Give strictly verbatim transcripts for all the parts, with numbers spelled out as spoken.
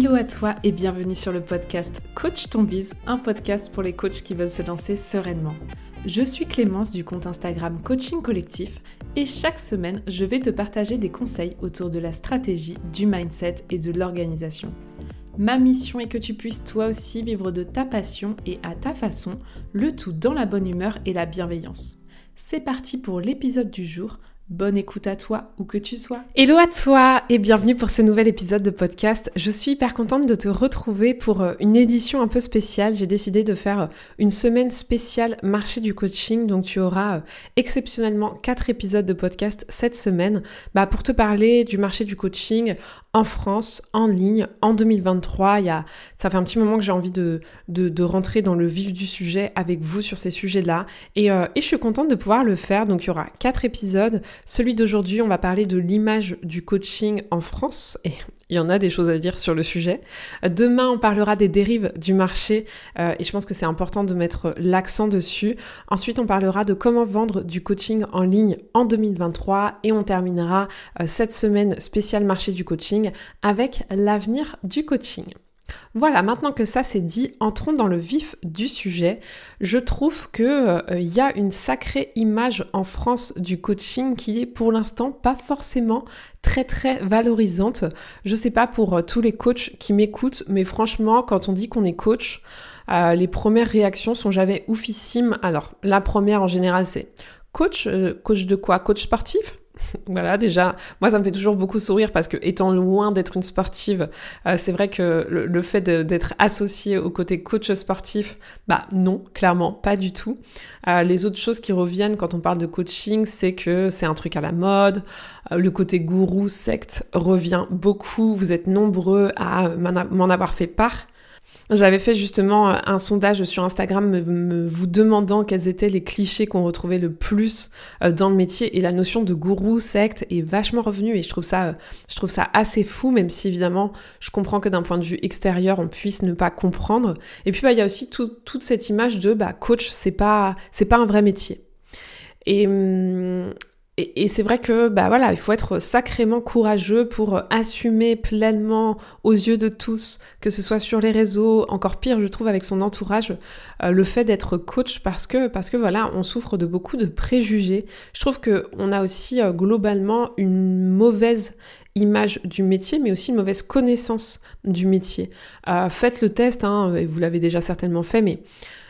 Hello à toi et bienvenue sur le podcast Coach ton biz, un podcast pour les coachs qui veulent se lancer sereinement. Je suis Clémence du compte Instagram Coaching Collectif et chaque semaine, je vais te partager des conseils autour de la stratégie, du mindset et de l'organisation. Ma mission est que tu puisses toi aussi vivre de ta passion et à ta façon, le tout dans la bonne humeur et la bienveillance. C'est parti pour l'épisode du jour. Bonne écoute à toi, où que tu sois. Hello à toi et bienvenue pour ce nouvel épisode de podcast. Je suis hyper contente de te retrouver pour une édition un peu spéciale. J'ai décidé de faire une semaine spéciale marché du coaching. Donc tu auras exceptionnellement quatre épisodes de podcast cette semaine bah, pour te parler du marché du coaching en France, en ligne, en deux mille vingt-trois. Il y a, ça fait un petit moment que j'ai envie de, de, de rentrer dans le vif du sujet avec vous sur ces sujets-là. Et, euh, et je suis contente de pouvoir le faire. Donc il y aura quatre épisodes. Celui d'aujourd'hui, on va parler de l'image du coaching en France. Et il y en a des choses à dire sur le sujet. Demain, on parlera des dérives du marché. Euh, et je pense que c'est important de mettre l'accent dessus. Ensuite, on parlera de comment vendre du coaching en ligne en deux mille vingt-trois. Et on terminera euh, cette semaine spéciale marché du coaching avec l'avenir du coaching. Voilà, maintenant que ça c'est dit, entrons dans le vif du sujet. Je trouve qu'il euh, y a une sacrée image en France du coaching qui est pour l'instant pas forcément très très valorisante. Je sais pas pour euh, tous les coachs qui m'écoutent, mais franchement, quand on dit qu'on est coach, euh, les premières réactions sont jamais oufissimes. Alors, la première en général c'est coach, euh, coach de quoi? Coach sportif? Voilà, déjà, moi ça me fait toujours beaucoup sourire parce que étant loin d'être une sportive, euh, c'est vrai que le, le fait de, d'être associé au côté coach sportif, bah non, clairement, pas du tout. Euh, les autres choses qui reviennent quand on parle de coaching, c'est que c'est un truc à la mode, euh, le côté gourou, secte revient beaucoup, vous êtes nombreux à m'en avoir fait part. J'avais fait justement un sondage sur Instagram me, me, vous demandant quels étaient les clichés qu'on retrouvait le plus dans le métier, et la notion de gourou, secte est vachement revenue et je trouve ça, je trouve ça assez fou, même si évidemment je comprends que d'un point de vue extérieur on puisse ne pas comprendre. Et puis bah, il y a aussi tout, toute cette image de bah, coach, c'est pas, c'est pas un vrai métier. Et... Hum, Et, et c'est vrai que bah voilà, il faut être sacrément courageux pour assumer pleinement aux yeux de tous, que ce soit sur les réseaux, encore pire je trouve avec son entourage, euh, le fait d'être coach parce que parce que voilà, on souffre de beaucoup de préjugés. Je trouve que on a aussi euh, globalement une mauvaise image du métier, mais aussi une mauvaise connaissance du métier. Euh, faites le test, hein, et vous l'avez déjà certainement fait, mais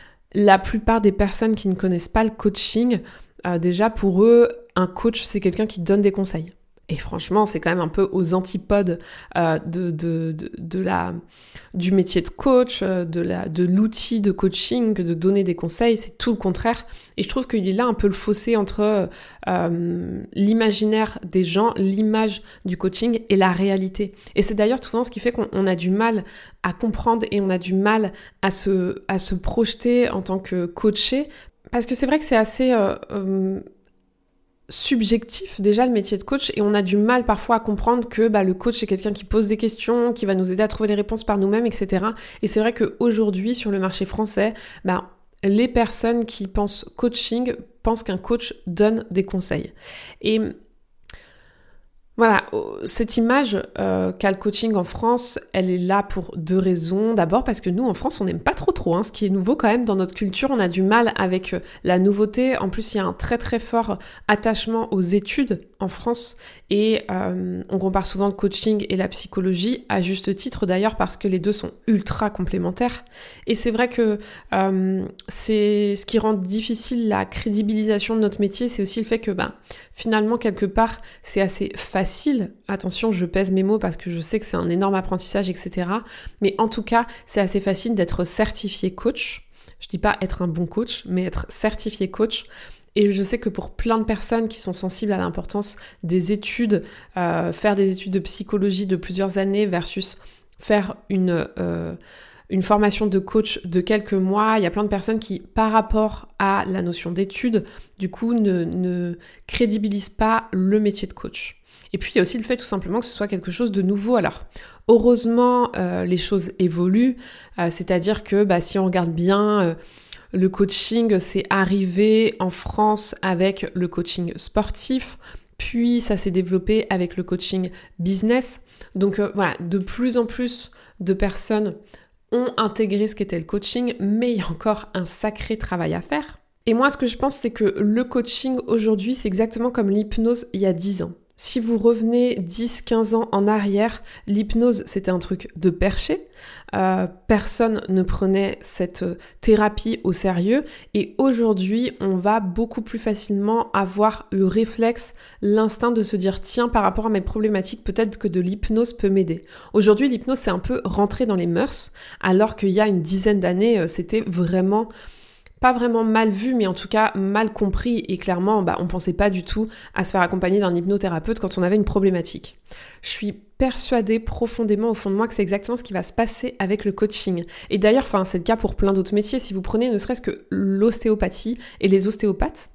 la plupart des personnes qui ne connaissent pas le coaching, euh, déjà pour eux, un coach, c'est quelqu'un qui donne des conseils. Et franchement, c'est quand même un peu aux antipodes euh, de, de, de, de la, du métier de coach, de, la, de l'outil de coaching, que de donner des conseils. C'est tout le contraire. Et je trouve qu'il y a là un peu le fossé entre euh, l'imaginaire des gens, l'image du coaching et la réalité. Et c'est d'ailleurs souvent ce qui fait qu'on on a du mal à comprendre et on a du mal à se, à se projeter en tant que coaché. Parce que c'est vrai que c'est assez... Euh, euh, subjectif déjà le métier de coach, et on a du mal parfois à comprendre que bah, le coach c'est quelqu'un qui pose des questions, qui va nous aider à trouver les réponses par nous-mêmes, et cetera. Et c'est vrai qu'aujourd'hui sur le marché français, bah, les personnes qui pensent coaching pensent qu'un coach donne des conseils. Et voilà, cette image euh, qu'a le coaching en France, elle est là pour deux raisons. D'abord parce que nous, en France, on n'aime pas trop trop, hein, ce qui est nouveau quand même dans notre culture. On a du mal avec la nouveauté. En plus, il y a un très très fort attachement aux études en France. Et euh, on compare souvent le coaching et la psychologie, à juste titre d'ailleurs, parce que les deux sont ultra complémentaires. Et c'est vrai que euh, c'est ce qui rend difficile la crédibilisation de notre métier, c'est aussi le fait que bah, finalement, quelque part, c'est assez facile facile, attention je pèse mes mots parce que je sais que c'est un énorme apprentissage, et cetera. Mais en tout cas, c'est assez facile d'être certifié coach. Je dis pas être un bon coach, mais être certifié coach. Et je sais que pour plein de personnes qui sont sensibles à l'importance des études, euh, faire des études de psychologie de plusieurs années versus faire une... Euh, une formation de coach de quelques mois, il y a plein de personnes qui, par rapport à la notion d'études, du coup, ne, ne crédibilisent pas le métier de coach. Et puis, il y a aussi le fait tout simplement que ce soit quelque chose de nouveau. Alors, heureusement, euh, les choses évoluent, euh, c'est-à-dire que bah, si on regarde bien... Euh, le coaching, c'est arrivé en France avec le coaching sportif, puis ça s'est développé avec le coaching business. Donc euh, voilà, de plus en plus, de personnes ont intégré ce qu'était le coaching, mais il y a encore un sacré travail à faire. Et moi, ce que je pense, c'est que le coaching aujourd'hui, c'est exactement comme l'hypnose il y a dix ans. Si vous revenez dix à quinze ans en arrière, l'hypnose, c'était un truc de perché. Euh, personne ne prenait cette thérapie au sérieux. Et aujourd'hui, on va beaucoup plus facilement avoir le réflexe, l'instinct de se dire « Tiens, par rapport à mes problématiques, peut-être que de l'hypnose peut m'aider ». Aujourd'hui, l'hypnose, c'est un peu rentré dans les mœurs, alors qu'il y a une dizaine d'années, c'était vraiment... pas vraiment mal vu, mais en tout cas mal compris, et clairement, bah, on pensait pas du tout à se faire accompagner d'un hypnothérapeute quand on avait une problématique. Je suis persuadée profondément au fond de moi que c'est exactement ce qui va se passer avec le coaching. Et d'ailleurs, enfin, c'est le cas pour plein d'autres métiers. Si vous prenez ne serait-ce que l'ostéopathie et les ostéopathes,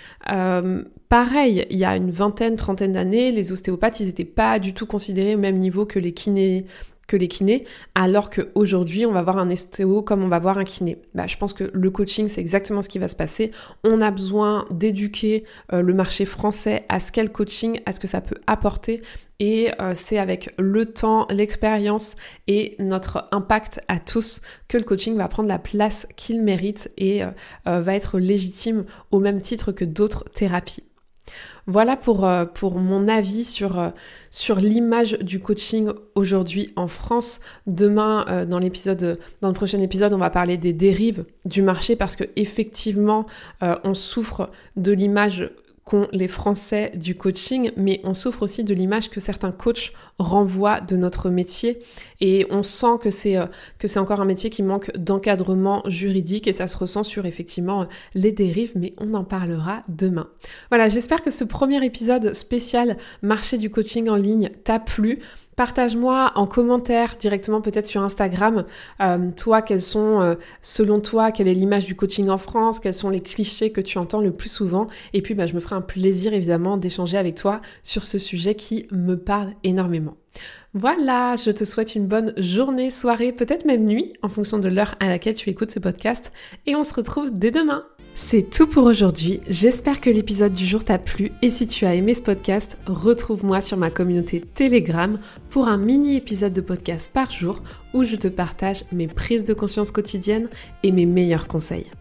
Euh, pareil, il y a une vingtaine, trentaine d'années, les ostéopathes, ils étaient pas du tout considérés au même niveau que les kinés, que les kinés, alors qu'aujourd'hui, on va voir un ostéo comme on va voir un kiné. Bah, je pense que le coaching, c'est exactement ce qui va se passer. On a besoin d'éduquer euh, le marché français à ce qu'est le coaching, à ce que ça peut apporter. Et euh, c'est avec le temps, l'expérience et notre impact à tous que le coaching va prendre la place qu'il mérite et euh, euh, va être légitime au même titre que d'autres thérapies. Voilà pour, euh, pour mon avis sur, euh, sur l'image du coaching aujourd'hui en France. Demain, euh, dans l'épisode, dans le prochain épisode, on va parler des dérives du marché parce que effectivement, euh, on souffre de l'image qu'ont les Français du coaching, mais on souffre aussi de l'image que certains coachs renvoient de notre métier et on sent que c'est, euh, que c'est encore un métier qui manque d'encadrement juridique et ça se ressent sur effectivement les dérives, mais on en parlera demain. Voilà, j'espère que ce premier épisode spécial marché du coaching en ligne t'a plu. Partage-moi en commentaire directement peut-être sur Instagram, euh, toi, quels sont, euh, selon toi, quelle est l'image du coaching en France, quels sont les clichés que tu entends le plus souvent. Et puis, bah, je me ferai un plaisir évidemment d'échanger avec toi sur ce sujet qui me parle énormément. Voilà, je te souhaite une bonne journée, soirée, peut-être même nuit, en fonction de l'heure à laquelle tu écoutes ce podcast. Et on se retrouve dès demain. C'est tout pour aujourd'hui, j'espère que l'épisode du jour t'a plu et si tu as aimé ce podcast, retrouve-moi sur ma communauté Telegram pour un mini épisode de podcast par jour où je te partage mes prises de conscience quotidiennes et mes meilleurs conseils.